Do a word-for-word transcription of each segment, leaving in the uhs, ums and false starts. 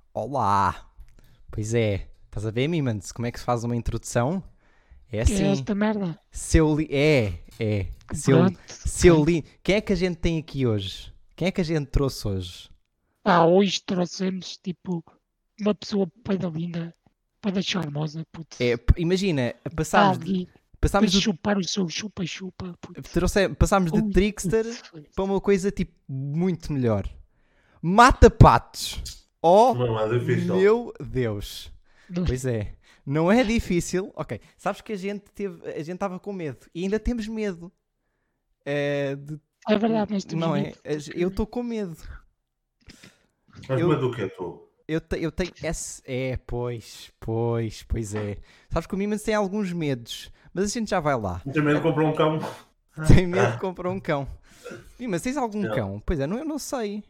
Olá! Pois é, estás a ver, Mimans? Como é que se faz uma introdução? É Que é assim. esta merda? Seu li... É, é. Seu, Pronto, seu ok. li... Quem é que a gente tem aqui hoje? Quem é que a gente trouxe hoje? Pá, hoje trouxemos tipo uma pessoa peida linda, peida charmosa, puto. É, p- imagina, Está passámos de, ali para passámos do, chupar o seu chupa-chupa, puto. trouxe- passámos de Ui, trickster puto. para uma coisa tipo muito melhor. Mata-patos! Oh, Não é mais difícil. meu Deus! Não- Pois é, não é difícil. Ok, sabes que a gente teve, a gente estava com medo e ainda temos medo. É, de- É verdade, nós temos não é? medo, Eu estou com medo. Mas Eu- medo do que tu? Eu, te- eu tenho. Esse, é, pois, pois, pois é. Sabes que o Mimans tem alguns medos, mas a gente já vai lá. Também comprou um cão. Tem medo de comprar um cão. Mimans, tens algum Não. cão? Pois é, não, eu não sei.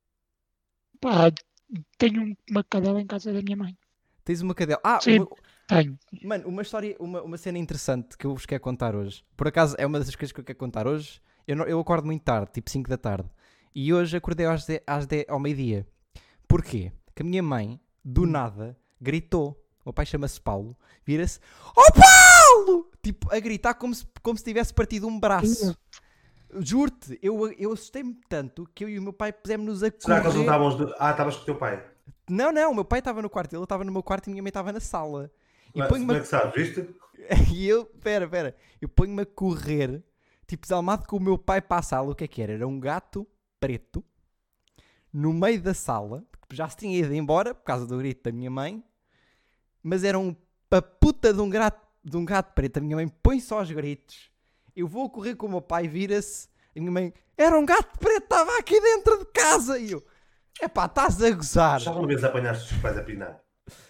Pá, tenho um- uma cadela em casa da minha mãe. Tens uma cadela. Ah, Sim. uma- Tenho. mano, uma história, uma, uma cena interessante que eu vos quero contar hoje. Por acaso é uma das coisas que eu quero contar hoje. Eu, não- eu acordo muito tarde, tipo cinco da tarde. E hoje acordei às dez, às dez ao meio-dia. Porquê? Que a minha mãe, do nada, gritou. O meu pai chama-se Paulo. Vira-se: Oh Paulo! Tipo, a gritar como se, como se tivesse partido um braço. Juro-te, eu, eu assustei-me tanto que eu e o meu pai pusemos-nos a Será que eles não correr. estavam os dois? Ah, estavas com o teu pai. Não, não, o meu pai estava no quarto, ele estava no meu quarto e a minha mãe estava na sala. E Mas, ponho-me como a é que sabes, viste? E eu, pera, pera, eu ponho-me a correr, tipo desalmado com o meu pai para a sala. O que é que era? Era um gato preto no meio da sala, que já se tinha ido embora por causa do grito da minha mãe, mas era um, a puta de um, gato, de um gato preto. A minha mãe põe só os gritos. Eu vou correr com o meu pai, vira-se. A minha mãe: Era um gato preto, estava aqui dentro de casa. E eu: Epá, estás a gozar. Já alguma vez apanhaste os pais a pinar?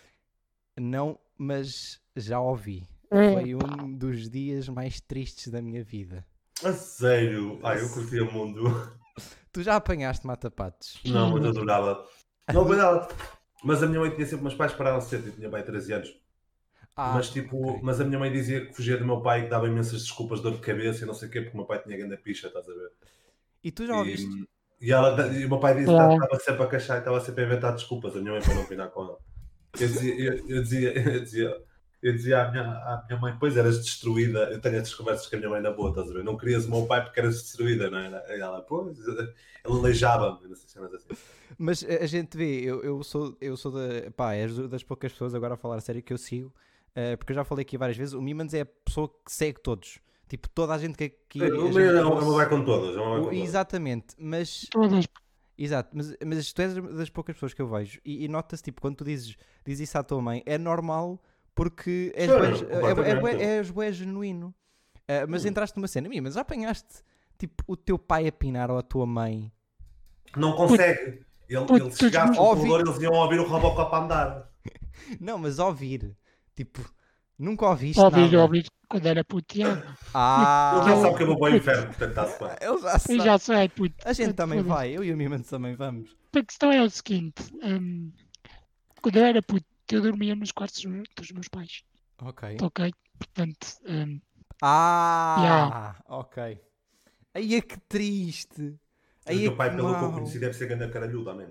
Não, mas já ouvi. É, Foi um dos dias mais tristes da minha vida. A sério? Ai, eu curtia o mundo. Tu já apanhaste mata-patos? Não, mas eu adorava. Não apanhava. Mas a minha mãe tinha sempre, meus pais pararam cedo, eu tinha pai treze anos. Ah, mas tipo, ok. mas a minha mãe dizia que fugia do meu pai, que dava imensas desculpas de dor de cabeça e não sei o quê, porque o meu pai tinha grande picha, estás a ver? E tu já ouviste? E, e, ela, e o meu pai disse que É. estava sempre a queixar, estava sempre a inventar desculpas, a minha mãe para não opinar com ela. Eu dizia, eu, eu dizia, eu dizia, eu dizia à, minha, à minha mãe: Pois eras destruída. Eu tenho essas conversas com a minha mãe na boa, estás a ver? Não querias o meu pai porque eras destruída, não é? E ela: Pois, ele aleijava-me, não sei se assim. Mas a a gente vê, eu, eu sou, eu sou da, pá, és das poucas pessoas, agora a falar a sério, que eu sigo, eh, porque eu já falei aqui várias vezes, o Mimans é a pessoa que segue todos. Tipo, toda a gente que aqui... a O gente meu é trouxe- uma vai com todas, é uma vai o- com todas. exatamente, mas... todas. Exato, mas, mas tu és das poucas pessoas que eu vejo e, e nota-se, tipo, quando tu dizes, dizes isso à tua mãe, é normal porque és Sim, bué- é, é, completamente. bué- és bué genuíno. Ah, mas Hum. entraste numa cena, mas já apanhaste, tipo, o teu pai a pinar ou a tua mãe? Não consegue. Ele, Puto, ele se chegasse no óbvio. corredor, eles iam ouvir o Robocop a andar. Não, mas ouvir, tipo, nunca ouviste Ouvi, nada. ouvi quando era puteado. Ah, Ele já sabe que eu vou para o inferno, portanto está-se bem. ele já Eu sabe. já sei, puto. A gente também Foda-se. vai, eu e o Mimans também vamos. A questão é o seguinte: hum, quando eu era puto, eu dormia nos quartos dos dos meus pais, Ok. ok? Portanto, hum, Ah, ok. Aí é que triste. O Aí é teu que pai, pelo que eu mau. conheci, deve ser grande caralhudo, mente.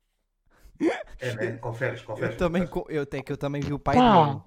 É, né? Conferes, Eu conferes. também, conferes. co- eu, até que eu também vi o pai pá, dele.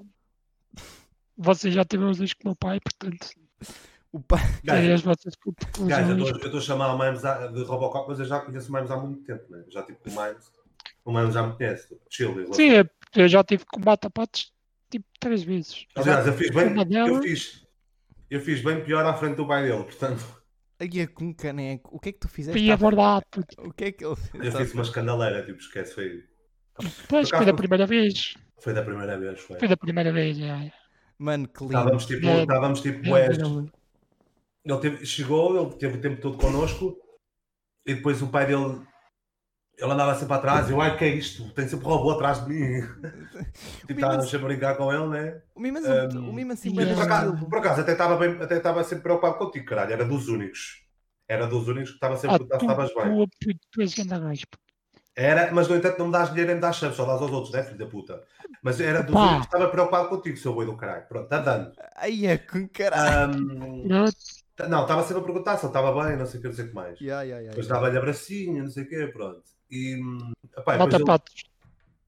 você já teve os dois com o meu pai, portanto, O pai... tirei Gajo, as vossas gajo, eu conclusões. estou- eu estou a chamar o Mimes a- de Robocop, mas eu já conheço o Mimes há muito tempo, né? Já tipo o Mimes. O Mimes já me conhece. Chill, em relação- Sim, é, eu já tive com mata-patos tipo três vezes. Aliás, eu fiz bem. Uma Eu delas- fiz, eu fiz bem pior à frente do pai dele, portanto. Aí é com um caneco. O que é que tu fizeste? E é verdade, puto. O que é que ele Eu fiz uma escandaleira, tipo, esquece, foi, Pois, foi da primeira vez. foi da primeira vez. Foi. Foi da primeira vez, é. Mano, que lindo. Estávamos tipo, É. estávamos tipo, É, bués. é. Ele teve- chegou, ele teve o tempo todo connosco e depois o pai dele, ele andava sempre atrás e eu, ai, que é isto? Tem sempre robô atrás de mim. Tipo, estávamos sempre a brincar com ele, né? O Mimans, Um, o Mimans e sempre Mas era por acaso, estilo. por acaso até estava bem, até estava sempre preocupado contigo, caralho. Era dos únicos. Era dos únicos que estava sempre Ah, a perguntar se estavas tu, bem. tu, tu, tu és grande gajo. Era, mas no entanto não me dás dinheiro nem me dás chance, só dás aos outros, né, filho da puta? Mas era dos Pá. únicos que estava preocupado contigo, seu boi do caralho. Pronto, está dando. Aí é com caralho. Um, Pronto. não, estava sempre a perguntar se ele estava bem, não sei o que, não sei o que mais. Yeah, yeah, yeah, Depois yeah. dava-lhe abracinho, não sei o quê, pronto. E, hum, epá, depois ele, Mata-patos.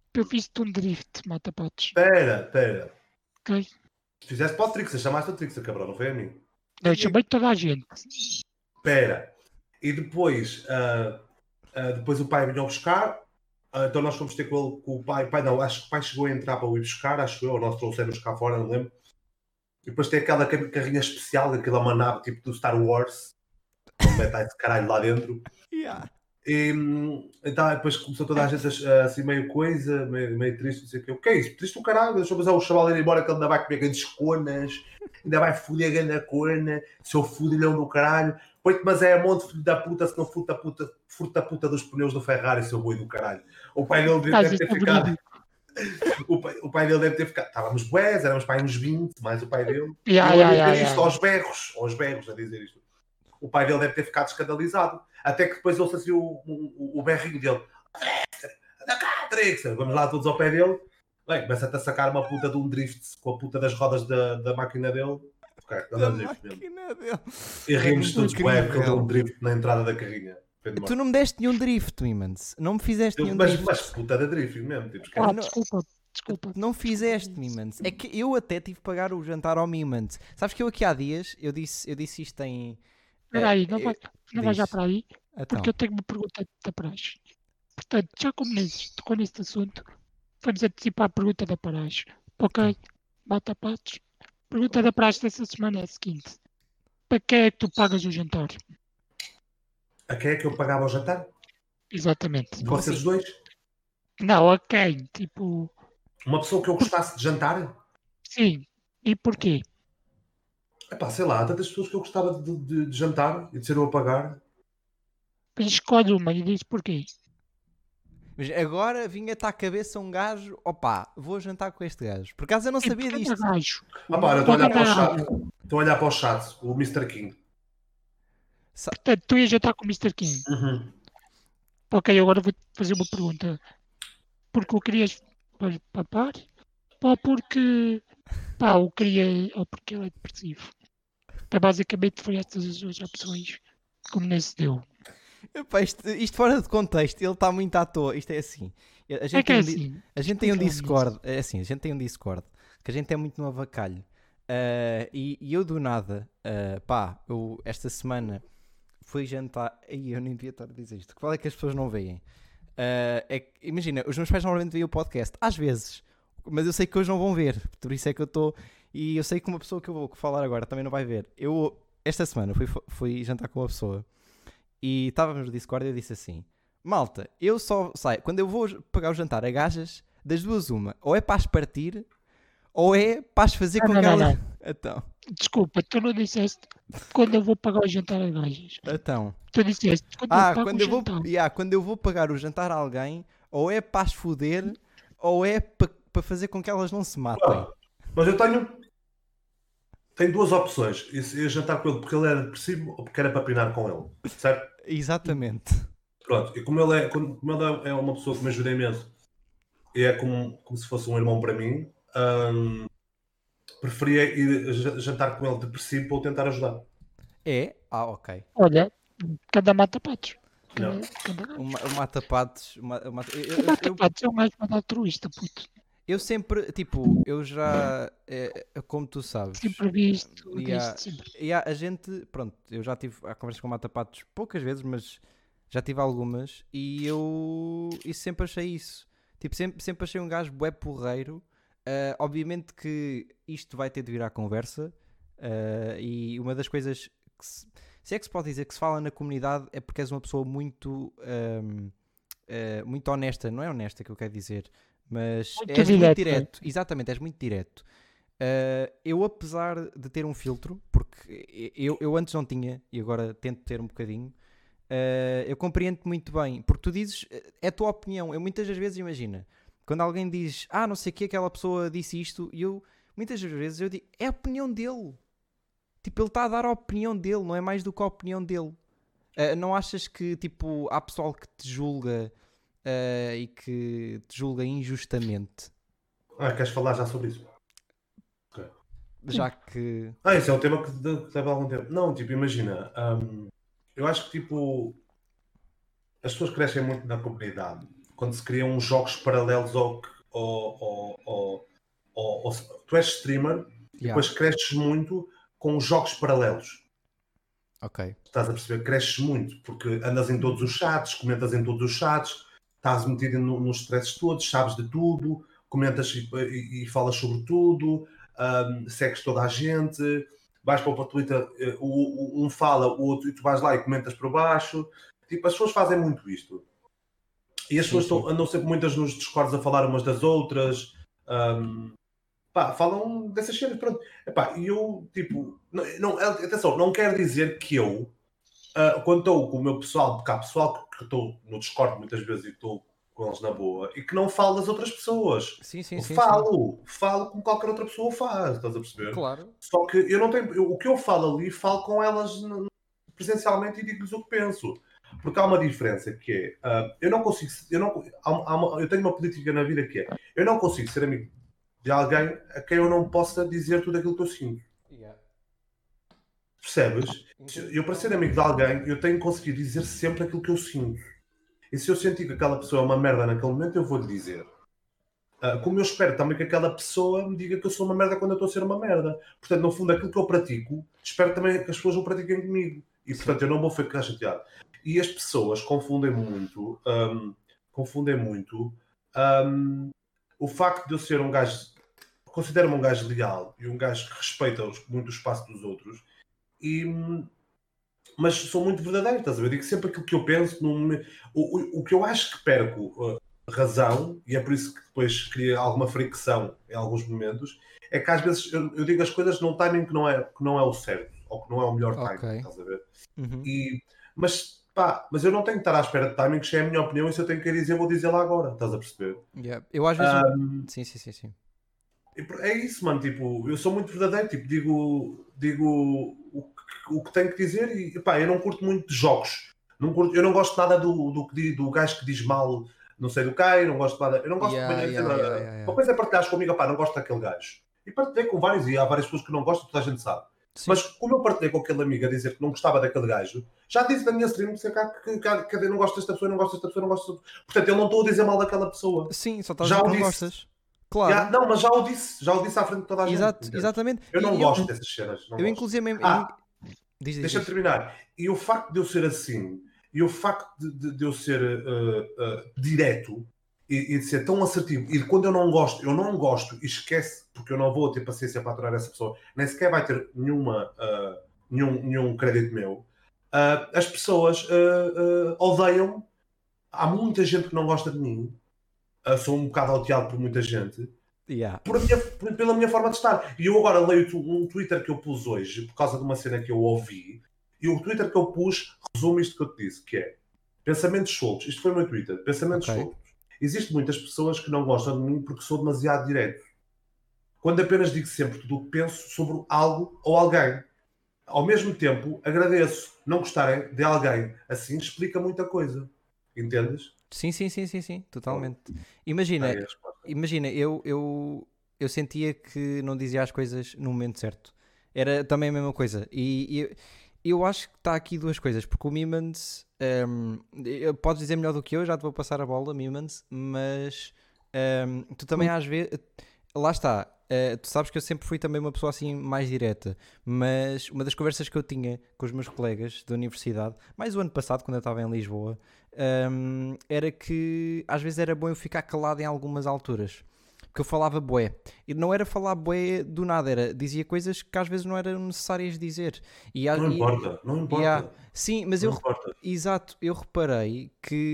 eu fiz-te um drift, mata-patos. Espera, espera. Ok? Se fizeste para o Trixa, chamaste o Trixa, cabrão, não foi a mim. Eu chamei toda a gente. Espera. E depois, ah, ah, depois o pai vinha buscar. ah, então nós fomos ter com ele, com o pai. O pai não, acho que o pai chegou a entrar para o ir buscar, acho eu. Ou nós trouxemos cá fora, não lembro. E depois tem aquela ca- carrinha especial, aquilo é uma nave tipo do Star Wars. Com mete esse caralho lá dentro. Yeah. E hum, então, depois começou toda a gente a- assim meio coisa, meio, meio triste, não sei o quê. O que é isso? Triste o caralho, deixa eu pensar o chaval ir embora que ele ainda vai comer grandes conas, ainda vai foder a grande cona, seu fudilhão do caralho. Oito, mas é a monte filho da puta, se não furta a puta, furta a puta dos pneus do Ferrari, seu boi do caralho. O pai dele deve, Mas deve isso ter é ficado. verídico. O pai, o pai dele deve ter ficado. Estávamos bués, éramos pai uns vinte, mais o pai dele. Ya, E eu a ya, dizer ya, isto ya. aos berros, aos berros a dizer isto. O pai dele deve ter ficado escandalizado. Até que depois ouça assim o, o, o berrinho dele. Anda cá, Trixer. Vamos lá todos ao pé dele. Bem, começa-te a sacar uma puta de um drift com a puta das rodas da, da máquina dele. Ok, Da anda drift mesmo. máquina dele. E rimos todos com ele, porque ele deu um Incrível. drift na entrada da carrinha. Foi Tu não me deste nenhum drift, Mimans. Não me fizeste nenhum mas, drift. mas puta da drift mesmo. Tipo, Ah, esquece. não- desculpa, desculpa. Não fizeste, Mimans. É que eu até tive que pagar o jantar ao Mimans. Sabes que eu aqui há dias, eu disse, eu disse isto em... Espera aí, não eu- vai, não vai já diz. para aí, Então, porque eu tenho uma pergunta da praxe. Portanto, já como nesse, tocou neste assunto, vamos antecipar a pergunta da praxe. Ok? Bata patos. Pergunta da praxe dessa semana é a seguinte. Para quem é que tu pagas o jantar? A quem é que eu pagava o jantar? Exatamente. De vocês assim? dois? Não, a quem? Tipo, Uma pessoa que eu gostasse de jantar? sim. E porquê? Epá, sei lá, há tantas pessoas que eu gostava de, de- de jantar e de ser eu a pagar. Escolhe uma e diz porquê. mas agora vinha-te à cabeça um gajo, opá, vou jantar com este gajo. Por acaso eu não E sabia cada disto. gajo. Ah, pá, eu estou a olhar para o Cada chat. gajo. Estou a olhar para o chat, o mister King. Sa- Portanto, tu ias jantar com o mister King. Uhum. Ok, agora vou-te fazer uma pergunta. Porque o querias para papar? Ou porque pá, o queria. Ou porque ele é depressivo? Então, basicamente foi estas as duas opções como nesse deu. Epá, isto, isto fora de contexto, ele está muito à toa. Isto é assim. A gente É que tem é um di- assim. A gente tem um Explica lá Discord, é assim, a gente tem um Discord que a gente é muito no avacalho. Ah, e, e eu do nada, ah, pá, eu esta semana fui jantar. Ai, eu nem devia estar a dizer isto. Qual é que as pessoas não veem? Ah, é que, imagina, os meus pais normalmente veem o podcast, às vezes, mas eu sei que hoje não vão ver, por isso é que eu estou. E eu sei que uma pessoa que eu vou falar agora também não vai ver. Eu, esta semana, fui, fui jantar com uma pessoa e estávamos no Discord e eu disse assim: malta, eu só saio, quando eu vou pagar o jantar a gajas, das duas, uma, ou é para as partir, ou é para as fazer Não, com não, que não, elas. não. Então, Desculpa, tu não disseste quando eu vou pagar o jantar a gajas. então. Tu disseste quando Ah, eu pago quando o eu, vou, jantar. yeah, quando eu vou pagar o jantar a alguém, ou é para as foder, ou é para para fazer com que elas não se matem. Ah, mas eu tenho. Tenho duas opções. Eu ia jantar com ele porque ele era depressivo ou porque era para pinar com ele. Certo? Exatamente. Pronto. E como ele é, como como ele é uma pessoa que me ajuda imenso e é como, como se fosse um irmão para mim, hum, preferia ir j- jantar com ele depressivo para o tentar ajudar. É? Ah, ok. Olha, cada mata-patos. Não. Cada, cada gajo. O, ma- o mata-patos. o ma- o mata- eu- O eu- eu- mata-patos é um gajo mais altruísta, puto. Eu sempre, tipo, eu já, é, é como tu sabes, Sempre visto, Yeah. deste, sempre. e há- a gente, pronto, eu já tive a conversa com o Mata-Patos poucas vezes, mas já tive algumas, e eu e sempre achei isso. Tipo, sempre, sempre achei um gajo bué porreiro. Ah, obviamente que isto vai ter de vir à conversa, ah, e uma das coisas que se, se é que se pode dizer que se fala na comunidade é porque és uma pessoa muito, ahm, ah, muito honesta, não é honesta que eu quero dizer, mas Muito és muito direto, direto, exatamente, és muito direto. Uh, eu, apesar de ter um filtro, porque eu, eu antes não tinha e agora tento ter um bocadinho, uh, eu compreendo-te muito bem, porque tu dizes, é a tua opinião. Eu muitas das vezes, imagina, quando alguém diz, ah, não sei o que, aquela pessoa disse isto, e eu, muitas das vezes, eu digo, é a opinião dele. Tipo, ele está a dar a opinião dele, não é mais do que a opinião dele. Uh, não achas que, tipo, há pessoal que te julga uh, e que te julga injustamente? Ah, queres falar já sobre isso? Já que... Ah, isso é um tema que de- que leva algum tempo. Não, tipo, imagina. hum, eu acho que, tipo, as pessoas crescem muito na comunidade quando se criam uns jogos paralelos ao, ao, ao, ao, ao, ao tu és streamer e Yeah. depois cresces muito com os jogos paralelos. Ok. Estás a perceber? Cresces muito, porque andas em todos os chats, comentas em todos os chats, estás metido no, nos stresses todos, sabes de tudo, comentas e, e, e falas sobre tudo, um, segues toda a gente, vais para o Twitter, uh, um fala, o outro, e tu vais lá e comentas por baixo. Tipo, as pessoas fazem muito isto. E as Sim, pessoas sim. estão, andam sempre muitas nos Discords a falar umas das outras. Um, pá, falam dessas cenas, pronto. Epá, e eu, tipo, não, não, atenção, não quer dizer que eu, uh, quando estou com o meu pessoal, porque há pessoal que estou no Discord muitas vezes e estou com eles na boa, e que não falo das outras pessoas. Sim, sim, eu sim. falo, sim. falo como qualquer outra pessoa faz, estás a perceber? Claro. Só que eu não tenho, eu, o que eu falo ali, falo com elas presencialmente e digo-lhes o que penso. Porque há uma diferença que é, uh, eu não consigo, eu, não, há, há uma, eu tenho uma política na vida que é, eu não consigo ser amigo de alguém a quem eu não possa dizer tudo aquilo que eu sinto. Yeah. Percebes? Eu, para ser amigo de alguém, eu tenho que conseguir dizer sempre aquilo que eu sinto. E se eu sentir que aquela pessoa é uma merda naquele momento, eu vou-lhe dizer. Uh, como eu espero também que aquela pessoa me diga que eu sou uma merda quando eu estou a ser uma merda. Portanto, no fundo, aquilo que eu pratico, espero também que as pessoas o pratiquem comigo. E, portanto, eu não vou ficar chateado. E as pessoas confundem muito, um, confundem muito um, o facto de eu ser um gajo, considero-me um gajo leal e um gajo que respeita os, muito o espaço dos outros, e, mas sou muito verdadeiro, estás a ver? Eu digo sempre aquilo que eu penso, num, o, o, o que eu acho que perco uh, razão, e é por isso que depois cria alguma fricção em alguns momentos, é que às vezes eu, eu digo as coisas num timing que não é, que não é o certo, ou que não é o melhor timing, Ok. estás a ver? Uhum. E, mas Pá, mas eu não tenho que estar à espera de timing, que é a minha opinião, e se eu tenho que dizer, vou dizer lá agora, estás a perceber? Yeah. Eu às vezes. Um, sim, sim, sim, sim. É isso, mano, tipo, eu sou muito verdadeiro, tipo, digo, digo o, que, o que tenho que dizer e, pá, eu não curto muito de jogos, não curto, eu não gosto nada do, do, do, do gajo que diz mal, não sei do que, eu não gosto nada, eu não gosto Yeah, de yeah, nada. yeah, yeah, yeah. Uma coisa é partilhares comigo, pá, não gosto daquele gajo, e partilhei com vários, e há várias pessoas que não gostam, toda a gente sabe. Sim. Mas como eu partilhei com aquele amigo a dizer que não gostava daquele gajo, já disse na minha stream que, que, que, que eu não gosto desta pessoa, não gosto desta pessoa, não gosto desta pessoa. Portanto, eu não estou a dizer mal daquela pessoa. Sim, só estás a dizer que não disse. Gostas. Claro. Já, não, mas já o disse, já o disse à frente de toda a gente. Exato, exatamente. Eu não e gosto eu, dessas cenas. Não eu gosto. inclusive mesmo. Ah, diz, diz, deixa-me terminar. E o facto de eu ser assim, e o facto de, de, de eu ser uh, uh, direto e, e de ser tão assertivo, e quando eu não gosto, eu não gosto e esquece, porque eu não vou ter paciência para aturar essa pessoa, nem sequer vai ter nenhuma, uh, nenhum, nenhum crédito meu, uh, as pessoas uh, uh, odeiam. Há muita gente que não gosta de mim. Uh, sou um bocado odiado por muita gente. Yeah. Por minha, por, pela minha forma de estar. E eu agora leio um Twitter que eu pus hoje por causa de uma cena que eu ouvi, e o Twitter que eu pus resume isto que eu te disse, que é pensamentos soltos. Isto foi o meu Twitter, pensamentos okay. soltos. Existem muitas pessoas que não gostam de mim porque sou demasiado direto, quando apenas digo sempre tudo o que penso sobre algo ou alguém. Ao mesmo tempo, agradeço não gostarem de alguém. Assim explica muita coisa. Entendes? Sim, sim, sim, sim, sim, totalmente. Imagina, é, imagina eu, eu, eu sentia que não dizia as coisas no momento certo. Era também a mesma coisa. E eu, eu acho que está aqui duas coisas, porque o Mimans, um, podes dizer melhor do que eu, já te vou passar a bola, Mimans, mas um, tu também às vezes, lá está, uh, tu sabes que eu sempre fui também uma pessoa assim mais direta, mas uma das conversas que eu tinha com os meus colegas da universidade, mais o ano passado, quando eu estava em Lisboa, Um, era que às vezes era bom eu ficar calado em algumas alturas, porque eu falava bué, e não era falar bué do nada, era, dizia coisas que às vezes não eram necessárias dizer e, não e, importa, não importa e há, sim, mas não eu importa. Exato, eu reparei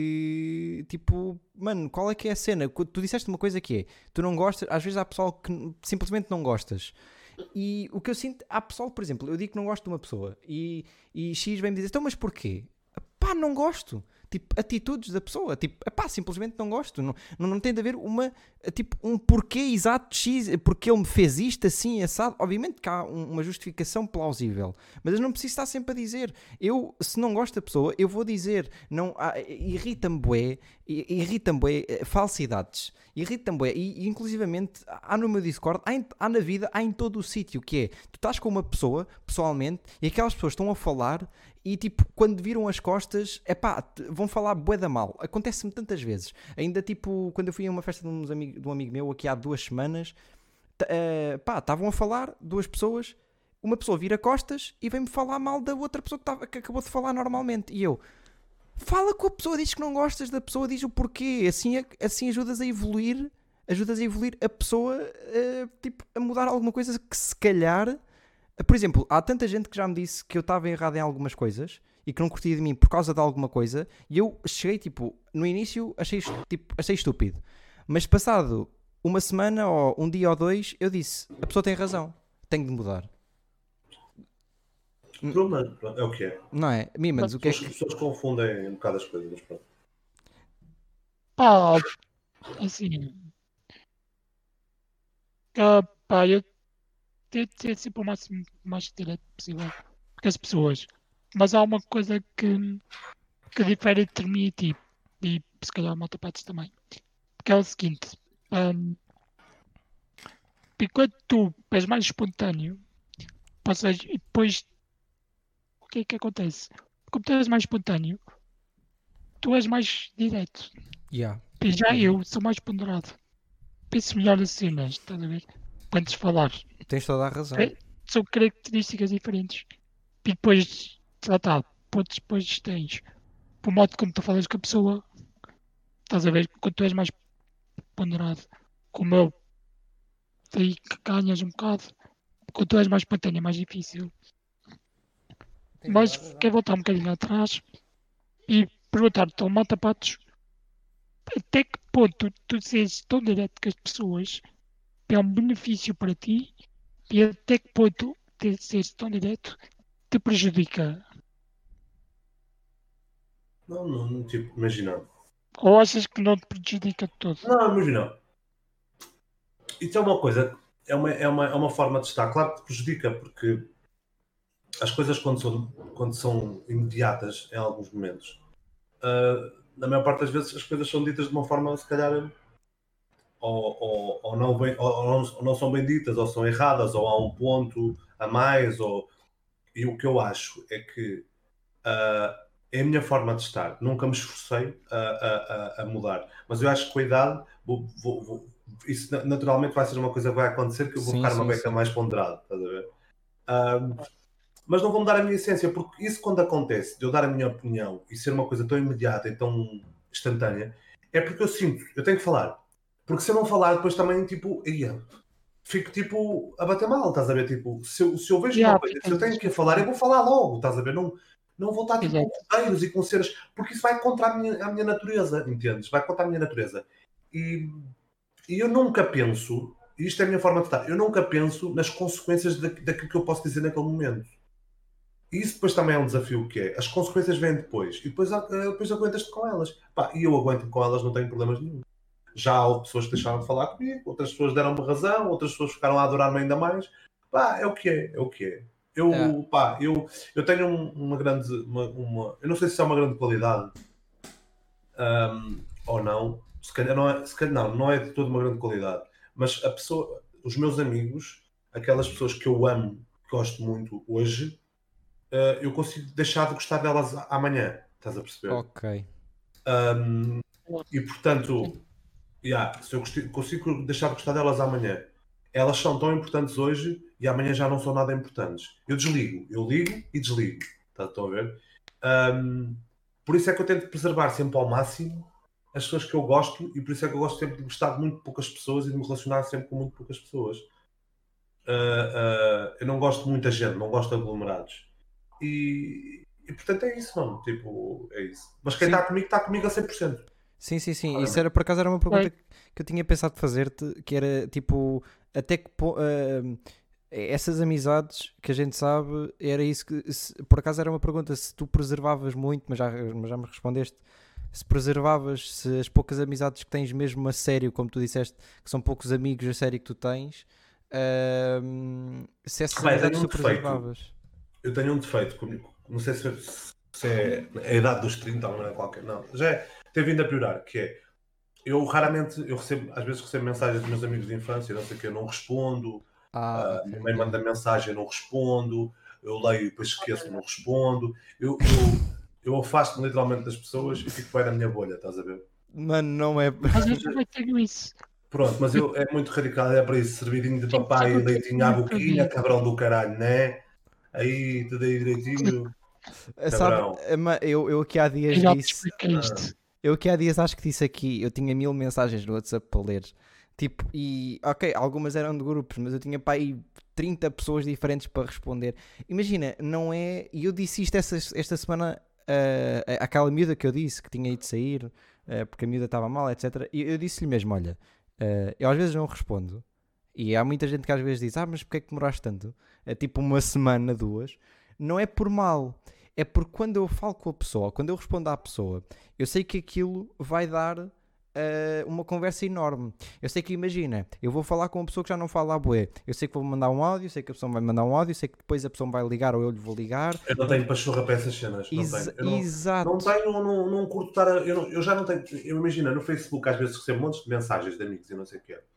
que tipo, mano, qual é que é a cena? Tu disseste uma coisa que é, tu não gostas, às vezes há pessoal que simplesmente não gostas. E o que eu sinto, há pessoal, por exemplo, eu digo que não gosto de uma pessoa e, e X vem-me dizer, então mas porquê? Pá, não gosto. Tipo, atitudes da pessoa, tipo, epá, simplesmente não gosto, não, não, não tem de haver uma, tipo, um porquê exato de X, porque ele me fez isto assim, assado, obviamente que há um, uma justificação plausível, mas eu não preciso estar sempre a dizer, eu, se não gosto da pessoa, eu vou dizer, não, ah, irrita-me bué, irrita-me bué, falsidades, irrita-me bué, e, e inclusivamente, há no meu Discord, há, em, há na vida, há em todo o sítio, que é, tu estás com uma pessoa, pessoalmente, e aquelas pessoas estão a falar, e tipo, quando viram as costas, é pá, vão falar bué da mal. Acontece-me tantas vezes. Ainda tipo, quando eu fui a uma festa de, uns amig- de um amigo meu aqui há duas semanas, t- eh, pá, estavam a falar, duas pessoas, uma pessoa vira costas e vem-me falar mal da outra pessoa que, tava, que acabou de falar normalmente. E eu, fala com a pessoa, diz que não gostas da pessoa, diz o porquê. Assim, assim ajudas a evoluir, ajudas a evoluir a pessoa eh, tipo, a mudar alguma coisa que se calhar. Por exemplo, há tanta gente que já me disse que eu estava errado em algumas coisas e que não curtia de mim por causa de alguma coisa, e eu cheguei, tipo, no início achei, tipo, achei estúpido, mas passado uma semana ou um dia ou dois, eu disse, a pessoa tem razão, tenho de mudar. Pronto, mas pronto, é o que é. Não é? Mimans, o que é As que... pessoas confundem um bocado as coisas, mas pronto. Pá, assim, ah, pá, eu tento ser sempre o máximo mais direto possível com as pessoas. Mas há uma coisa que, que difere entre mim e ti, e se calhar o Motopatos também, que é o seguinte, hum, enquanto tu és mais espontâneo, ou seja, e depois o que é que acontece? Como tu és mais espontâneo, tu és mais direto. Yeah. E já eu sou mais ponderado. Penso melhor as cenas, estás a ver? Quando se falar. Tens toda a razão. É, são características diferentes. E depois, lá está, pontos depois tens o modo como tu falas com a pessoa. Estás a ver? Quando tu és mais ponderado, como eu, daí que ganhas um bocado. Quando tu és mais espontâneo é mais difícil. Tens Mas toda a razão. quero voltar um bocadinho atrás e perguntar-te ao Matapatos até que ponto tu seres tão direto com as pessoas é um benefício para ti e até que ponto ter seres tão direto te prejudica. Não, não, não, tipo, imagina. Ou achas que não te prejudica de todo? Não, imagina. Isso é uma coisa, é uma, é uma, é uma forma de estar. Claro que te prejudica, porque as coisas quando são, quando são imediatas em alguns momentos, uh, na maior parte das vezes as coisas são ditas de uma forma, se calhar, ou, ou, ou, não, bem, ou, ou, não, ou não são bem ditas, ou são erradas, ou há um ponto a mais, ou... E o que eu acho é que uh, é a minha forma de estar. Nunca me esforcei a, a, a, a mudar. Mas eu acho que com a idade, vou, vou, vou, isso naturalmente vai ser uma coisa que vai acontecer, que eu vou Sim, ficar uma sim, beca sim. mais ponderado. Estás a ver? Uh, mas não vou mudar a minha essência, porque isso quando acontece, de eu dar a minha opinião e ser uma coisa tão imediata e tão instantânea, é porque eu sinto, eu tenho que falar. Porque se eu não falar, depois também, tipo, ia, fico, tipo, a bater mal, estás a ver? Tipo, se eu, se eu vejo Yeah, uma coisa, se eu tenho que falar, eu vou falar logo, estás a ver? Não, não vou estar, tipo, Exato. com roteiros e com cenas, porque isso vai contra a minha, a minha natureza, entendes? Vai contra a minha natureza. E, e eu nunca penso, e isto é a minha forma de estar, eu nunca penso nas consequências da, daquilo que eu posso dizer naquele momento. E isso depois também é um desafio que é. As consequências vêm depois. E depois, depois aguentas-te com elas. Pá, e eu aguento-me com elas, não tenho problemas nenhum. Já houve pessoas que deixaram de falar comigo, outras pessoas deram-me razão, outras pessoas ficaram a adorar-me ainda mais. Pá, é o que é, é o que é. Eu, É. pá, eu, eu tenho um- uma grande... Uma, uma- eu não sei se é uma grande qualidade um, ou não. Se calhar não é, se calhar não, não é de toda uma grande qualidade. Mas a pessoa, os meus amigos, aquelas pessoas que eu amo, que gosto muito hoje, Uh, eu consigo deixar de gostar delas amanhã, estás a perceber? Ok. Um, e portanto, yeah, se eu consigo, consigo deixar de gostar delas amanhã, elas são tão importantes hoje e amanhã já não são nada importantes. Eu desligo, eu ligo e desligo, tá, estão a ver? Um, por isso é que eu tento preservar sempre ao máximo as pessoas que eu gosto e por isso é que eu gosto sempre de gostar de muito poucas pessoas e de me relacionar sempre com muito poucas pessoas. Uh, uh, eu não gosto de muita gente, não gosto de aglomerados. E, e portanto é isso, mano. Tipo, é isso. Mas quem Sim. está comigo, está comigo a cem por cento. Sim, sim, sim. Olha, Isso era, por acaso, era uma pergunta Oi. que eu tinha pensado fazer-te, que era, tipo, até que po- ah, essas amizades que a gente sabe, era isso que, se- por acaso era uma pergunta, se tu preservavas muito, mas já, mas já me respondeste, se preservavas, se as poucas amizades que tens mesmo a sério, como tu disseste, que são poucos amigos a sério que tu tens, ah, se essas Bem, amizades tenho um tu defeito. preservavas. Eu tenho um defeito comigo. Não sei se, se é a idade dos trinta ou não é qualquer. Não, já é, tem vindo a piorar, que é, eu raramente, eu recebo, às vezes recebo mensagens dos meus amigos de infância, não sei o que, eu não respondo. Ah, Uh, ok. minha mãe manda mensagem, eu não respondo. eu leio e depois esqueço, não respondo. Eu, eu, eu afasto-me literalmente das pessoas e fico bem na minha bolha, estás a ver? Mano, não é. Mas eu também tenho isso. Pronto, mas eu, é muito radical, é para isso, servidinho de papai, leitinho à boquinha, cabrão do caralho, né? Aí, tudo aí direitinho. Sabe, Cabrão. ma- eu, eu aqui há dias Eu já te disse. expliquei isto. Eu aqui há dias acho que disse aqui, eu tinha mil mensagens no WhatsApp para ler. Tipo, e ok, algumas eram de grupos, mas eu tinha para aí trinta pessoas diferentes para responder. Imagina, não é. E eu disse isto essa, esta semana uh, àquela miúda que eu disse que tinha ido sair, uh, porque a miúda estava mal, etcétera. E eu disse-lhe mesmo: olha, uh, eu às vezes não respondo. E há muita gente que às vezes diz: ah, mas porquê é que demoraste tanto? É tipo uma semana, duas. Não é por mal. É porque quando eu falo com a pessoa, quando eu respondo à pessoa, eu sei que aquilo vai dar uh, uma conversa enorme. Eu sei que, imagina, eu vou falar com uma pessoa que já não fala a bué. Eu sei que vou mandar um áudio, sei que a pessoa vai mandar um áudio, sei que depois a pessoa vai ligar ou eu lhe vou ligar. Eu não tenho pachorra para essas cenas. Não Ex- tenho. Eu não, Exato. não tenho, não, não curto estar a, eu, não- eu já não tenho. Eu imagino, no Facebook às vezes recebo montes de mensagens de amigos e não sei o que é.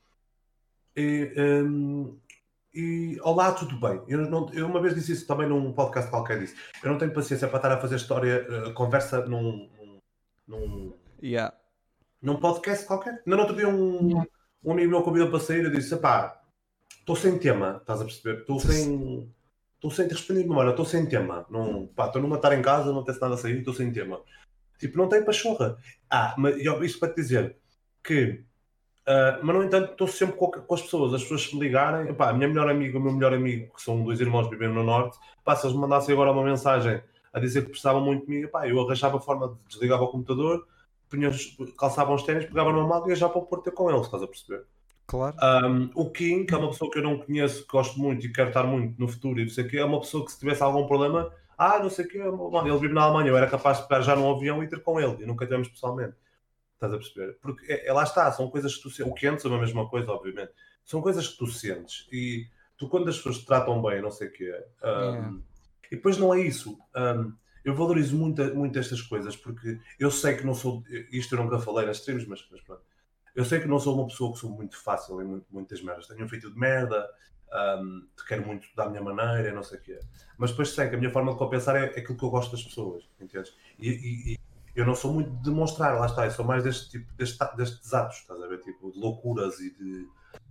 E, hum, e olá, tudo bem. Eu, não, eu uma vez disse isso também num podcast qualquer disse. Eu não tenho paciência para estar a fazer história, uh, conversa num, num, num, Yeah. num podcast qualquer. Ainda no outro dia um, um amigo meu convidou para sair e eu disse: pá, estou sem tema, estás a perceber? Estou sem. Estou sem te responder memória, estou sem tema. Não, pá, estou numa estar em casa, não tenho nada a sair, estou sem tema. Tipo, não tem pachorra. Ah, mas eu- isto para te dizer que. Uh, mas no entanto estou sempre com, com as pessoas, as pessoas se me ligarem, epá, a minha melhor amiga, o meu melhor amigo, que são dois irmãos que vivem no Norte, pá, se eles me mandassem agora uma mensagem a dizer que precisavam muito de mim, epá, eu arranjava a forma de desligar o computador, punha, calçava os ténis, pegava no mal e ia já para o Porto ter com eles, estás a perceber? Claro. Um, o Kim, que é uma pessoa que eu não conheço, que gosto muito e quero estar muito no futuro e não sei o quê, é uma pessoa que se tivesse algum problema, ah, não sei o quê, mano, ele vive na Alemanha, eu era capaz de pegar já num avião e ter com ele, e nunca tivemos pessoalmente. Estás a perceber? Porque é, é, lá está, são coisas que tu sentes. O quente é a mesma coisa, obviamente. São coisas que tu sentes. E tu, quando as pessoas te tratam bem, não sei o quê. Um, Yeah. E depois não é isso. Um, eu valorizo muito, muito estas coisas, porque eu sei que não sou. Isto eu nunca falei nas streams, mas, mas pronto. Eu sei que não sou uma pessoa que sou muito fácil em muito, muitas merdas. Tenho um feito de merda, um, quero muito da minha maneira, não sei o quê. Mas depois sei que a minha forma de compensar é, é aquilo que eu gosto das pessoas, entendes? E, e, e eu não sou muito de demonstrar, lá está, eu sou mais deste tipo, deste, destes atos, estás a ver? Tipo, de loucuras e de,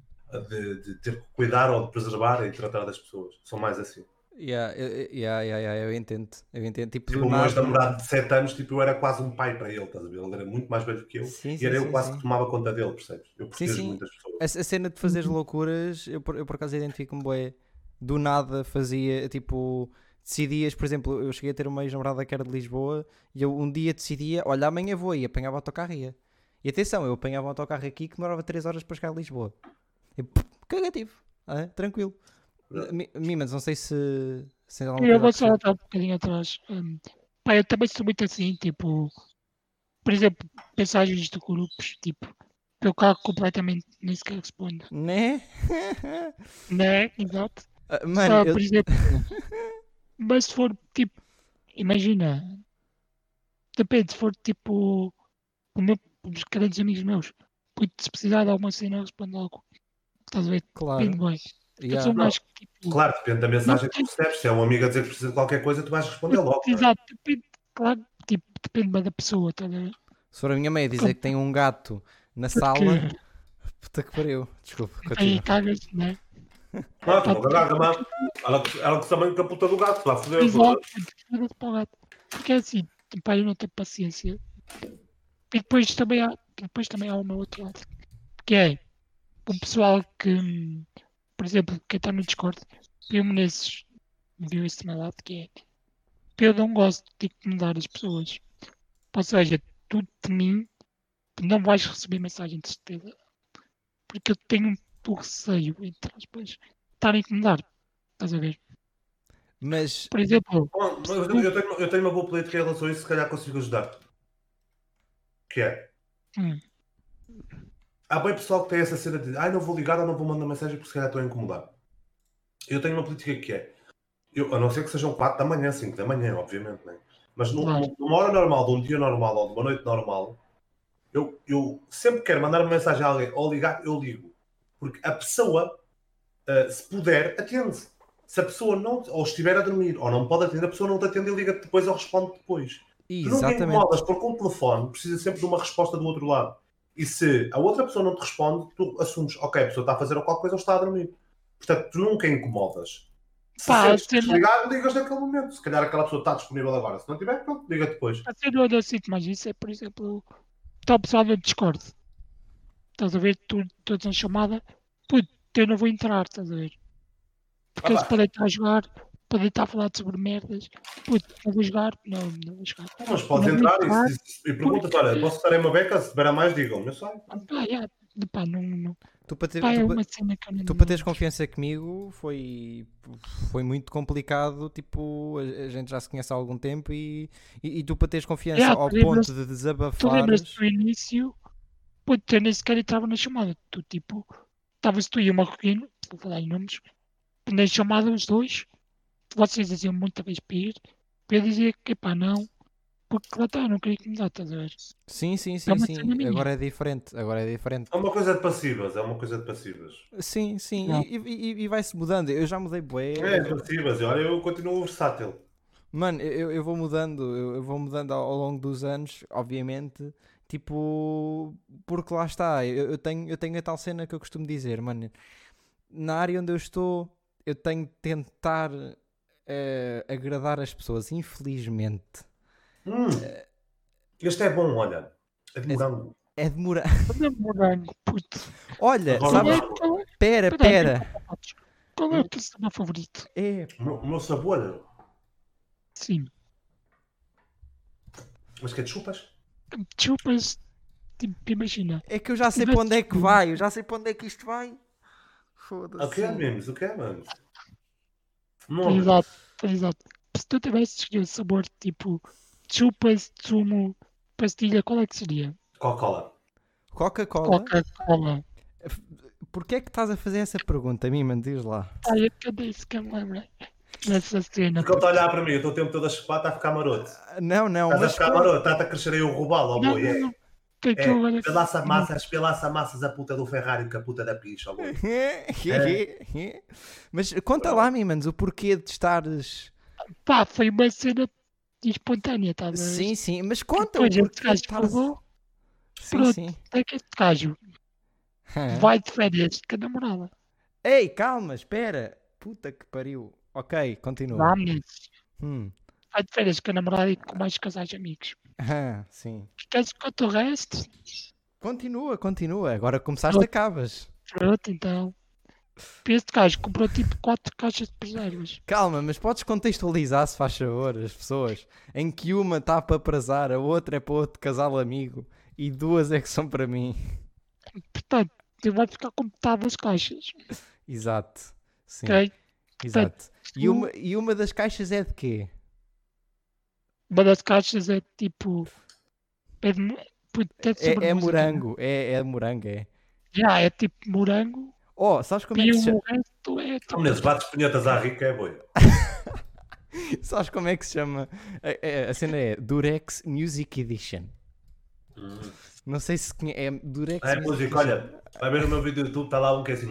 de, de ter que cuidar ou de preservar e tratar das pessoas. Sou mais assim. Yeah, eu- eu- yeah, yeah, yeah, eu entendo. Eu entendo. Tipo, Tipo, do o meu nada. ex-namorado de sete anos, tipo, eu era quase um pai para ele, estás a ver? Ele era muito mais velho que eu Sim, e sim, era eu sim, quase sim. que tomava conta dele, percebes? Eu Sim, protejo sim. muitas pessoas. A, a cena de fazeres loucuras, eu por, eu por acaso identifico-me bué. Do nada fazia, tipo, decidias, por exemplo, eu cheguei a ter uma ex-namorada que era de Lisboa e eu um dia decidia, olha, amanhã vou e apanhava o autocarro e ia. E atenção, eu apanhava o autocarro aqui que demorava três horas para chegar a Lisboa. E, pff, cagativo, ah, é? Tranquilo. Yeah. Mi- Mimas, não sei se, se tens alguma Eu coisa a vou só acrescentar. voltar um bocadinho atrás. Hum, pá, eu também sou muito assim, tipo, por exemplo, mensagens de grupos, tipo, eu cago completamente, nem sequer respondo. Né? Né? Exato. Ah, Mano, Ah, eu... por exemplo, mas se for tipo, imagina, depende, se for tipo, o meu, os grandes amigos meus, puto, se precisar de alguma cena, eu respondo logo. Estás a ver? Claro. Depende bem. Eu Yeah. sou Não, mais que tipo. claro, depende da mensagem que tu recebes. Se é um amigo a dizer que precisa de qualquer coisa, tu vais responder logo. não é? Exato, depende, claro, tipo, depende bem da pessoa, estás a ver? Se for a minha mãe a dizer que tem um gato na Porque sala, puta que pariu. Desculpa, aí continua. cagas, né? Não, tu não cagas, mano. Ela, ela que também com a puta do gato, vai foder. Exato, foda-se para o gato. Porque é assim, pá, eu não tenho paciência. E depois também há, depois também há uma outra lado, que é o pessoal que, hum, por exemplo, quem está no Discord, eu Menezes viu esse meu lado, que é eu não gosto de incomodar as pessoas. Ou seja, tu de mim não vais receber mensagem de certeza. Porque eu tenho um pouco receio, entre aspas, de estar a incomodar. Estás a ver? Mas, Por exemplo, Bom, mas eu, eu tenho, eu tenho uma boa política em relação a isso, se calhar consigo ajudar. Que é, hum, há bem pessoal que tem essa cena de ai, não vou ligar ou não vou mandar mensagem porque se calhar estou a incomodar. Eu tenho uma política que é, eu, a não ser que sejam quatro da manhã, cinco da manhã, obviamente, né? Mas num- Claro. numa hora normal, de um dia normal ou de uma noite normal, eu, eu sempre quero mandar uma mensagem a alguém ou ligar, eu ligo. Porque a pessoa, uh, se puder, atende. Se a pessoa não, ou estiver a dormir, ou não pode atender, a pessoa não te atende e liga-te depois ou responde depois. Tu nunca Exatamente. incomodas, porque um telefone precisa sempre de uma resposta do outro lado. E se a outra pessoa não te responde, tu assumes, ok, a pessoa está a fazer qualquer coisa ou está a dormir. Portanto, tu nunca incomodas. Se Pá, sentes sei lá. desligado, ligas naquele momento. Se calhar aquela pessoa está disponível agora. Se não tiver, pronto, liga depois. A ser onde eu sinto mais isso é, por exemplo, está o pessoal do Discord. Estás a ver? Tu estás na chamada, puto, eu não vou entrar, estás a ver? Porque Ah, eles pá. podem estar a jogar, podem estar a falar sobre merdas. Puto, não vou jogar, não, não vou jogar. Mas podes Não vou entrar entrar, e, se- e perguntas, olha, posso estar em uma beca? Se tiver a mais, digam-me. Eu sei. pá, já, pá, não, não. Tu para, ter, Pá, é tu, pa- uma cena que eu não. tu para teres confiança comigo foi, foi muito complicado. Tipo, a, a gente já se conhece há algum tempo e, e, e tu para teres confiança Yeah, ao tu lembras- ponto de Tu desabafares. lembras-te do início? Puto, eu nem sequer entrava na chamada. Tu, tipo, estavas tu e o Marroquino, vou falar em nomes, na chamada os dois, vocês diziam muita vez para ir, eu dizia que, pá, não, porque lá está, eu não queria que me dá, estás a ver? Sim, sim, É sim, uma sim. cena minha. Agora é diferente. Agora é diferente. É uma coisa de passivas, é uma coisa de passivas. Sim, sim. Não. E, e- e vai-se mudando. Eu já mudei bué. É, de passivas. E olha, eu continuo versátil. Mano, eu, eu vou mudando, eu, eu vou mudando ao, ao longo dos anos, obviamente, tipo, porque lá está, eu, eu tenho, eu tenho a tal cena que eu costumo dizer, mano, na área onde eu estou, eu tenho de tentar eh, agradar as pessoas, infelizmente. Hum, este é bom, olha. É de morango. É demorar. Olha, morango, puto. Olha, Agora Qual sabes, é, qual é, pera, peraí, pera, qual é o teu sabor favorito? é, O meu, o meu sabor. Sim, Mas que é de chupas? chupas, tipo, imagina. é que eu já sei tivesse para onde é que tudo. vai, eu já sei para onde é que isto vai. O Foda-se. que é, memes? O que é, mano? Nome. Exato, exato. Se tu tivesse escolhido sabor tipo chupas, sumo, pastilha, qual é que seria? Coca-Cola. Coca-Cola? Coca-Cola. Porquê é que estás a fazer essa pergunta a mim, mano? Diz lá. Ai, eu cadê isso que eu me lembrei? Nessa cena. Porque ele está a olhar para mim, eu estou o tempo todo a chupar, está a ficar maroto. Não, não, Estás a mas ficar conta. maroto, está-te a crescer aí o robalo, ó Não, boi. não, É, não. Que que eu é. agora- Pelaça massas, pelaça massas a puta do Ferrari com a puta da picha, ó boi. Mas conta lá, mim, manos, o porquê de estares. Pá, foi uma cena espontânea, tá a ver? Sim, sim, mas conta o Depois este porquê de gajo estares. falou, Sim, pronto. sim. é que este gajo Hã? vai de férias com a namorada. Ei, calma, espera. Puta que pariu. Ok, continua. Vamos. Hum. Vai de férias com a namorada e com mais casais amigos. Ah, sim. Queres que conte o resto? Continua, continua. Agora começaste, Pronto. acabas. Pronto, então. Este gajo comprou tipo quatro caixas de preservas. Calma, mas podes contextualizar, se faz favor, as pessoas, em que uma está para prazar, a outra é para outro casal amigo e duas é que são para mim. Portanto, ele vai ficar com metade das caixas. Exato. Sim, Ok? exato. E tu- uma, e uma das caixas é de quê? Uma das caixas é tipo. É, de, mo- puto, é, de É, sobre é música, morango, é, é morango, é. né? Já, é tipo morango. Oh, sabes como é E que se o chama? resto é tipo. Menezes, bates punhetas à rica, é boi. Sabes como é que se chama? A, a- a cena é Durex Music Edition. Não sei se conhe... é Durex É Music música, olha, vai ver o meu vídeo do YouTube, está lá um que é assim.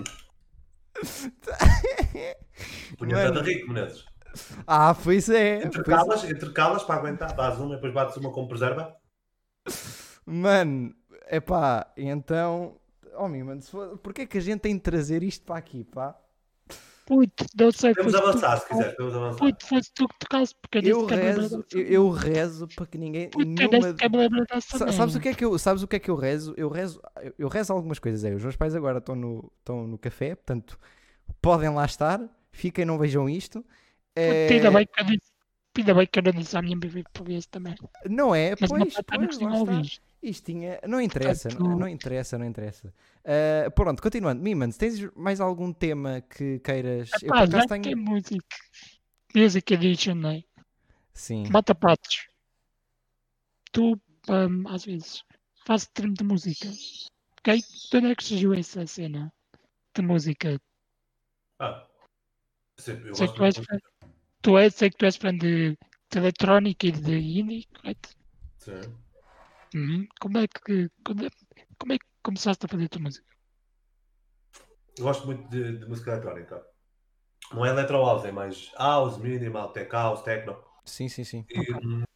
Punheta Mano. de rico, Menezes. Ah, pois é. Pois é. Intercalas, intercalas para aguentar, dás uma e depois bates uma com preserva. Mano, epá, então. Oh, meu, mano, se for... porquê que a gente tem de trazer isto para aqui, pá? Puto, não sei. Podemos fosse tu avançar, que se tocasse- quiser, podemos avançar. Puto, fosse tu que tocasse, porque eu nem Eu sequer me lembro rezo, dessa eu, eu rezo para que ninguém. Puto, eu nem nenhuma... sequer me lembro dessa Sa- Sabes o merda. que é que eu, sabes o que é que eu rezo? Eu rezo, eu- eu rezo algumas coisas. É, os meus pais agora estão no, estão no café, portanto, podem lá estar. Fiquem, não vejam isto. É, Puto, ainda bem que eu disse. Ainda bem que eu não disse à minha bebê para ver isso também. não é, Mas pois, uma papai não pois, costuma lá está. ouvir. Isto tinha. Não interessa, não, Portanto- não interessa, não interessa. Ah, pronto, continuando. Mimans, tens mais algum tema que queiras? Eu por Epá, já acaso que é tenho. music. Music Edition, não é? Sim. Mata pratos. Tu, hum, às vezes, fazes treino de música. Ok? De onde é que surgiu essa cena de música? Ah, sempre, eu Sei que gosto tu és muito. fã, tu és, sei que tu és fã de, de eletrónica e de indie, correto? Sim. Uhum. Como é que como é, como é que começaste a fazer a tua música? Eu gosto muito de, de música eletrónica. Não é electro house, é mais house, minimal, tech house, techno. Sim, sim, sim. E,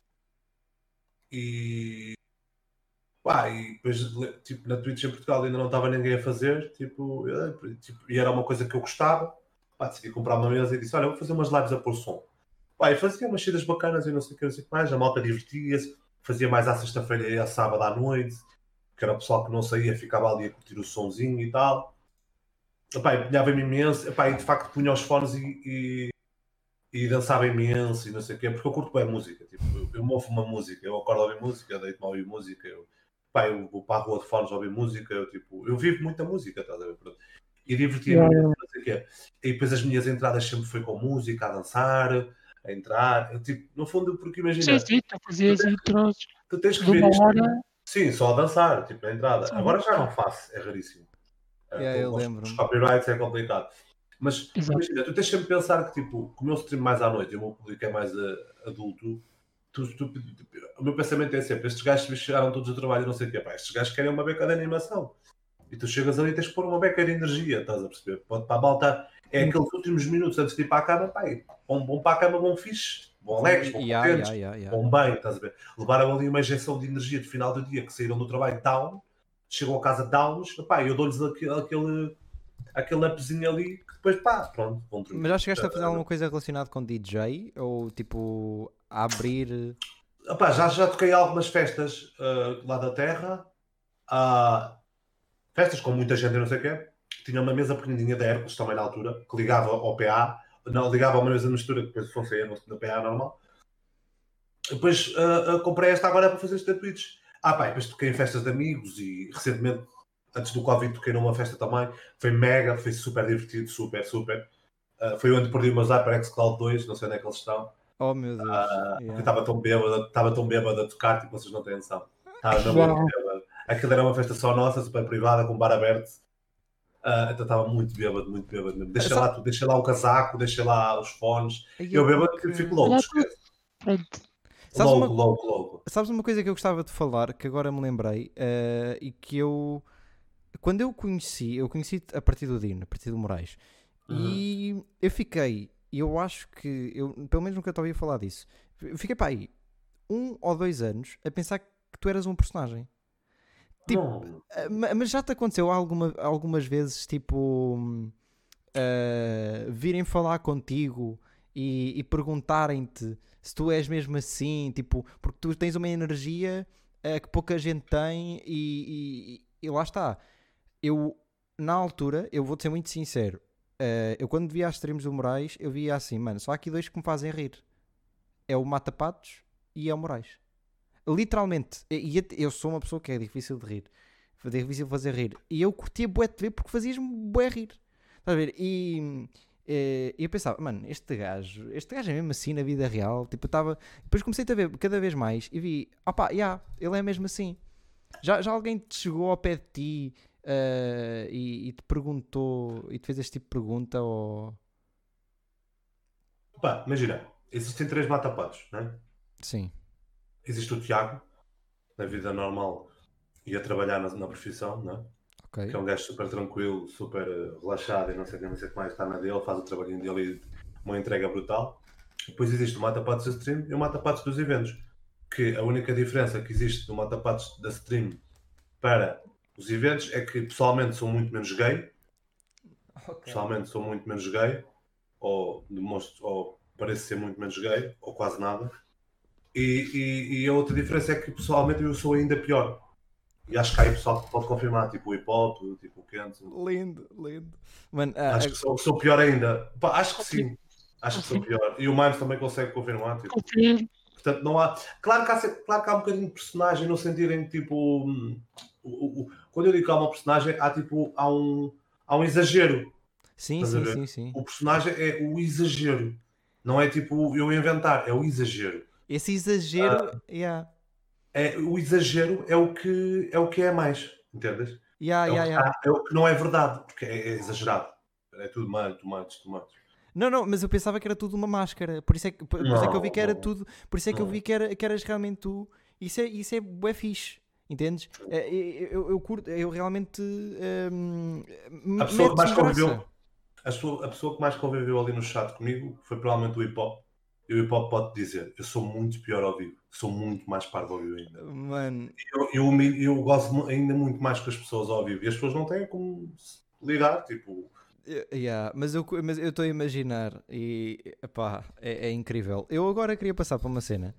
e, pá, e depois, tipo, na Twitch em Portugal ainda não estava ninguém a fazer, tipo, eu, tipo, e era uma coisa que eu gostava. Pá, decidi comprar uma mesa e disse, olha, vou fazer umas lives a pôr som. Pá, e fazia umas saídas bacanas e não sei o que, não sei o que mais, a malta divertia-se, fazia mais à sexta-feira e à sábado à noite, que era o pessoal que não saía, ficava ali a curtir o sonzinho e tal. Epá, empenhava-me imenso, epá, e de facto punha os fones e, e, e dançava imenso e não sei o quê, porque eu curto bem música, tipo, eu, eu movo uma música, eu acordo a ouvir música, eu deito-me a ouvir música, eu, epá, eu vou para a rua de fones a ouvir música, eu, tipo, eu vivo muita música, estás a ver? Pronto. E divertia-me Yeah, imenso, não sei o quê. E depois as minhas entradas sempre foi com música, a dançar, a entrar, eu, tipo, no fundo, porque sim, imagina, sim, tu fazias intros tu tens que de ver uma isto, hora. sim, só a dançar, tipo, na entrada. Só Agora já dançar. não faço, é raríssimo. Uh, Yeah, eu os, os lembro-me. copyrights é complicado. Mas Exato. imagina, tu tens sempre de pensar que, tipo, como eu stream mais à noite e o meu público é mais uh, adulto, tu, tu, tu, o meu pensamento é sempre: estes gajos chegaram todos do trabalho e não sei o quê, pá, estes gajos querem uma beca de animação. E tu chegas ali e tens que pôr uma beca de energia, estás a perceber? Pode para a malta, é aqueles últimos minutos antes de ir para a cama, pá, vão, vão para a cama, vão fixe, vão alegres, vão Yeah, contentes, yeah, yeah, yeah. vão bem, estás a ver? Levaram ali uma injeção de energia de final do dia, que saíram do trabalho down, chegam a casa downs, pá, eu dou-lhes aquele, aquele, aquele upzinho ali, que depois, pá, pronto, vão dormir. Mas já chegaste a fazer alguma coisa relacionada com D J? Ou tipo, a abrir. Epá, já, já toquei algumas festas uh, lá da terra, uh, festas com muita gente e não sei o quê. Tinha uma mesa pequenininha da Hércules também na altura, que ligava ao P A, não ligava a uma mesa de mistura, que depois fosse no P A normal. Depois uh, uh, comprei esta agora para fazer os Twitch. Ah, pá, depois toquei em festas de amigos e recentemente, antes do Covid, toquei numa festa também. Foi mega, foi super divertido, super, super. Uh, foi onde perdi o meu HyperX Cloud dois, não sei onde é que eles estão. Oh meu Deus. Uh, Yeah. Eu estava tão bêbado, estava tão bêbado a tocar, tipo, vocês não têm noção. Estava na boa bêbado. Aquilo era uma festa só nossa, super privada, com bar aberto. Uh, então estava muito bêbado, muito bêbado mesmo. Deixei lá, tudo, deixei lá o casaco, deixei lá os fones. Ai, Eu bêbado porque- fico louco, Olha, esquece. Pronto. Sabes Louco, uma- louco, louco. Sabes uma coisa que eu gostava de falar, que agora me lembrei, eh, e que eu, quando eu conheci, eu conheci a partir do Dino, a partir do Moraes, e eu fiquei, eu acho que, eu pelo menos nunca te ouvi falar disso, eu fiquei para aí, um ou dois anos, a pensar que tu eras um personagem. Tipo, Não. eh, ma- mas já te aconteceu alguma, algumas vezes, tipo, hum, eh, virem falar contigo e, e perguntarem-te se tu és mesmo assim, tipo, porque tu tens uma energia eh, que pouca gente tem e, e- e lá está. Eu, na altura, eu vou-te ser muito sincero, eh, eu quando via as streams do Moraes, eu via assim, mano, só há aqui dois que me fazem rir. É o Mata Patos e é o Moraes. Literalmente. E e eu sou uma pessoa que é difícil de rir. É difícil de fazer rir. E eu curtia bué de ver porque fazias-me bué rir. Estás a ver? E eh, eu pensava, mano, este gajo, este gajo é mesmo assim na vida real. Tipo, eu estava. Depois comecei a ver cada vez mais e vi, opá, yeah, ele é mesmo assim. Já, já alguém te chegou ao pé de ti eh, e, e te perguntou e te fez este tipo de pergunta? Ou... Pá, imagina, existem três matapatos, né? Sim. Existe o Tiago, na vida normal e a trabalhar na, na profissão, né? Ok. Que é um gajo super tranquilo, super uh, relaxado e não sei o que, não sei o que mais, está na dele, faz o trabalhinho dele e uma entrega brutal. Depois existe o Mata-Patos da stream e o Mata-Patos dos eventos, que a única diferença que existe do Mata-Patos da stream para os eventos é que pessoalmente sou muito menos gay, pessoalmente sou muito menos gay, ou demonstro, ou pareço ser muito menos gay, ou quase nada. E, e, e a outra diferença é que pessoalmente eu sou ainda pior. E acho que há aí pessoal que pode confirmar, tipo o hip hop, tipo o Kent. Lindo, lindo. Mano, ah, Acho que sou, sou pior ainda. Pá, acho que sim. Acho que sou pior. E o Mimes também consegue confirmar. Tipo. Confirmo. Portanto, não há. Claro que há, claro que há um bocadinho de personagem no sentido em que, tipo. hum, o- o- quando eu digo que há uma personagem, há tipo. Há um, há um exagero. sim, Estás a sim, ver? sim, sim. O personagem é o exagero. Não é tipo eu inventar, é o exagero. Esse exagero, yeah. É, o exagero é o que é, o que é mais. Entendes? Yeah, É, yeah, o que yeah. tá- é o que não é verdade, porque é, é exagerado. É tudo muito, muito, muito. Não, não, mas eu pensava que era tudo uma máscara. Por isso é que, por, por isso é que eu vi que era Não, tudo. Por isso é que eu não. vi que, era, que eras realmente tu. Isso é, isso é bué fixe. Entendes? É, Eu, eu, eu curto, eu realmente. hum, A pessoa que mais metes-me graça. conviveu, a pessoa, a pessoa que mais conviveu ali no chat comigo foi provavelmente o Hip Hop. E o Hip Hop pode dizer, eu sou muito pior ao vivo, sou muito mais parvo ao vivo ainda. Mano, Eu, eu, eu gosto mu- ainda muito mais com as pessoas ao vivo e as pessoas não têm como se lidar, tipo, eh, yeah, mas eu mas eu estou a imaginar e epá, é, é incrível. Eu agora queria passar para uma cena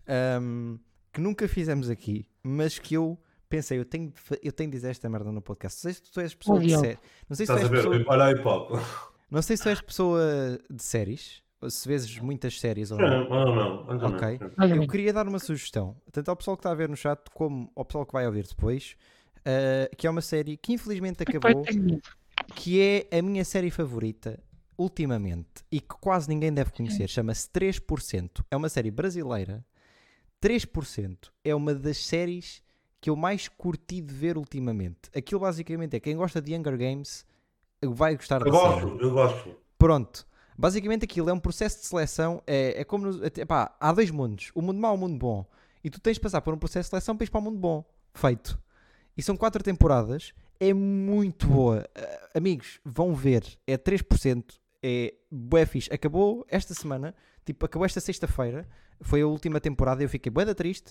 ahm, que nunca fizemos aqui, mas que eu pensei, eu tenho, de fa- eu tenho de dizer esta merda no podcast. Não sei se tu és pessoa de Diogo. série. Não sei se tu estás a és ver? pessoa, Olha o Hip Hop. não sei se tu és pessoa de séries, ou se vês muitas séries ou não. Não, não, não, não, Ok. não. Mais ou Eu menos. queria dar uma sugestão, tanto ao pessoal que está a ver no chat como ao pessoal que vai ouvir depois, ah, que é uma série que infelizmente Depois acabou, tenho medo. que é a minha série favorita ultimamente e que quase ninguém deve conhecer. Chama-se três por cento. É uma série brasileira. três por cento é uma das séries que eu mais curti de ver ultimamente. Aquilo basicamente é quem gosta de Hunger Games vai gostar Eu da série. gosto, eu gosto. Pronto. Basicamente aquilo é um processo de seleção. É, é como. No, epá, há dois mundos: o mundo mau e o mundo bom. E tu tens de passar por um processo de seleção para ir para o mundo bom. Feito. E são quatro temporadas. É muito boa. Ah, amigos, vão ver. É três por cento. É bué fixe. Acabou esta semana. Tipo, acabou esta sexta-feira. Foi a última temporada. Eu fiquei bué da triste.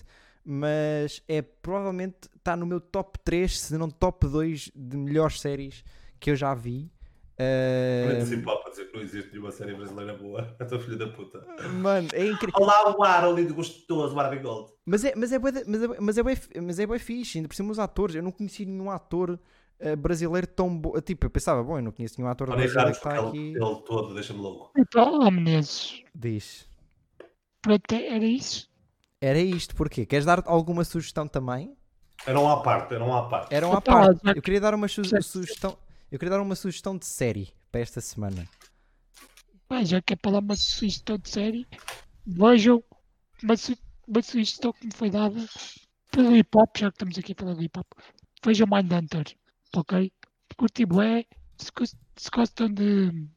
Mas é provavelmente está no meu top três, se não top dois de melhores séries que eu já vi. Também Ah, disse Hip Hop a dizer que não existe nenhuma série brasileira boa. A tua filha da puta. mano, é incrível. Olá, o ar, lindo gostoso, Barbie Gold. Mas é, mas, é bué da- mas, é, bué- mas, é bué, mas é bué fixe, ainda por cima os atores. Eu não conheci nenhum ator eh, brasileiro tão bom. Tipo, eu pensava, bom, eu não conheço nenhum ator Olha, brasileiro Carlos, que porque está ele, aqui. ele todo deixa-me louco. Então, ó Menezes, Diz. pronto, era isso. Era isto, porquê? Queres dar alguma sugestão também? Era um à parte, era um à parte. Era uma à Opa, parte. já Eu queria dar uma su- já- sugestão. Eu queria dar uma sugestão de série para esta semana. Pá, já que é para dar uma sugestão de série, vejam uma, su- uma sugestão que me foi dada pelo hip hop, já que estamos aqui pelo hip hop. Vejam Mindhunter, ok? Curti bué, se, gos- se gostam de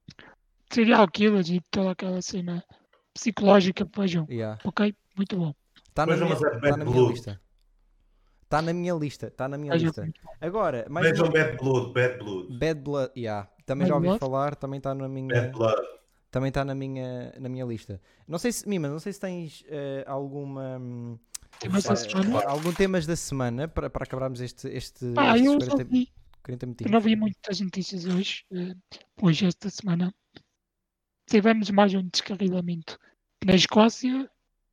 serial killers e toda aquela cena psicológica, vejam, Yeah. ok? Muito bom. Está na Vejam, minha, mas é tá Bad na minha Blood. lista. Está na minha lista. Está na minha Vejam, lista. muito bom. Agora, mais Vejam uma. Bad Blood, Bad Blood. Bad Blood. Yeah. Também Bad já ouvi Blood? falar. Também está na minha. Bad Blood. Também está na minha, na minha lista. Não sei se, Mima, não sei se tens eh, alguma. hum, Temas da eh, semana? algum temas da semana para, para acabarmos este, este, Pá, estes eu só quarenta, vi, quarenta eu minutinhos. não vi muitas notícias hoje, eh, hoje esta semana. Tivemos mais um descarrilamento na Escócia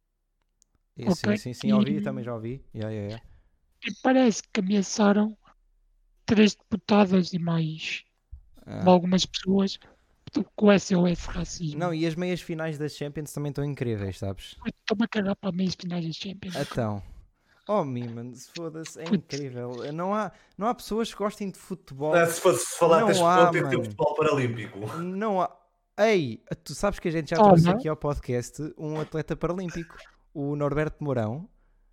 E, ok, Sim, sim, sim, ouvi, e- também já ouvi. Yeah, yeah, yeah. e parece que ameaçaram três deputadas e mais Ah. algumas pessoas com o S O S racismo. Não, e as meias finais das Champions também estão incríveis, sabes? Estou-me a cagar para meias finais das Champions. Então. Oh, Mima, se foda-se, é Putz. incrível. Não há, não há pessoas que gostem de futebol. Ah, se fosse falar Não deste há, ponto, tem que ter o mano. futebol paralímpico. Não há. Ei, tu sabes que a gente já Oh, trouxe não? aqui ao podcast um atleta paralímpico, o Norberto Mourão.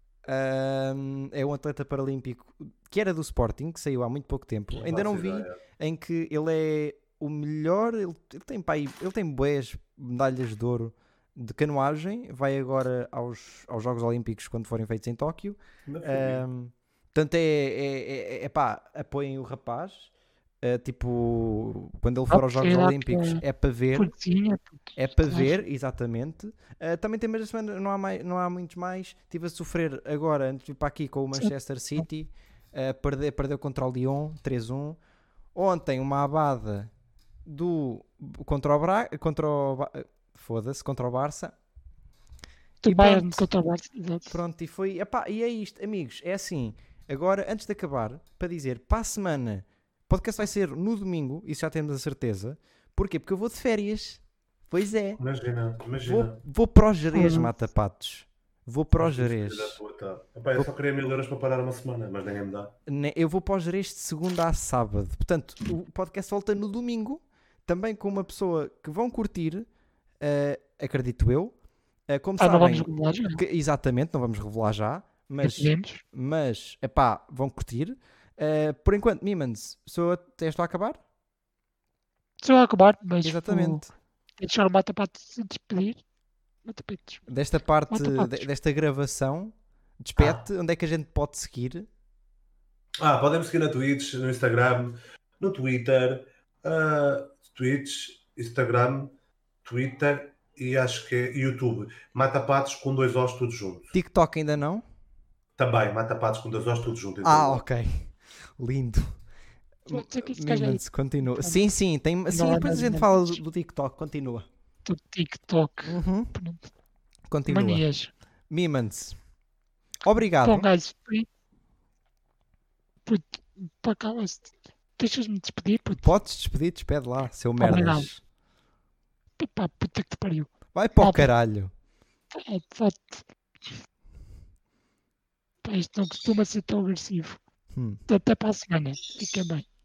Ahm, é um atleta paralímpico que era do Sporting, que saiu há muito pouco tempo. Ainda não vi, em que ele é o melhor. Ele, ele tem pai, ele tem bués medalhas de ouro de canoagem. Vai agora aos, aos Jogos Olímpicos quando forem feitos em Tóquio. Um, portanto, é, é, é, é pá, apoiem o rapaz. Uh, tipo, quando ele for Ah, aos Jogos sei lá, Olímpicos, porque- é para ver. Fortinha, É para claro. ver, exatamente. Uh, também tem mais a semana, não há, mais, não há muitos mais. Estive a sofrer agora, antes de ir para aqui, com o Manchester City. Uh, perdeu, perdeu contra o Lyon, três um. Ontem, uma abada do, contra o Braga, contra o, Ba- foda-se, contra o Barça. do E Bayern pronto. contra o Barça. Exato. Pronto, e foi. Epá, e é isto, amigos. É assim. Agora, antes de acabar, para dizer, para a semana, o podcast vai ser no domingo, isso já temos a certeza. Porquê? Porque eu vou de férias. Pois é. Imagina, Vou, imagina. vou para os Jerez, Uhum. Mata-Patos. Vou para os Jerez. Filha da puta. Epá, eu só queria mil euros para parar uma semana, mas ninguém me dá. Ne- Eu vou para os Jerez de segunda a sábado. Portanto, o podcast volta no domingo. Também com uma pessoa que vão curtir, eh, acredito eu. Eh, como Ah, não sabem, vamos revelar já. que- exatamente, não vamos revelar já. Mas Podemos. Mas, epá, vão curtir. Uh, por enquanto, Mimans, sou até estou a acabar? Só a acabar, mas Exatamente. vou deixar o Mata-Pato se despedir. Mata-Patos. Desta parte, Mata-patos. de- desta gravação, despete, onde é que a gente pode seguir? Ah, podem me seguir na Twitch, no Instagram, no Twitter. Ah, Twitch, Instagram, Twitter e acho que é YouTube. Mata Patos com dois Os tudo juntos. TikTok ainda não? Também, Mata Patos com dois Os tudo junto. então, Ah, ok. Lindo. Vou dizer que esse gajo aí Mimans, continua. Sim, sim, tem... sim Não é depois a mais gente ou fala menos. do, do TikTok. Continua. do TikTok. Uhum. Pronto. Continua. Manias. Mimans. Para Obrigado. um gajo. Puto, para cá, deixas-me despedir, puto. Podes despedir, despede lá, seu Obrigado. merdas. Pá, puta que te pariu. Vai para o Malta. caralho. É, pá, pá, isto não costuma ser tão agressivo. Hum. Até para a semana. Fiquem bem.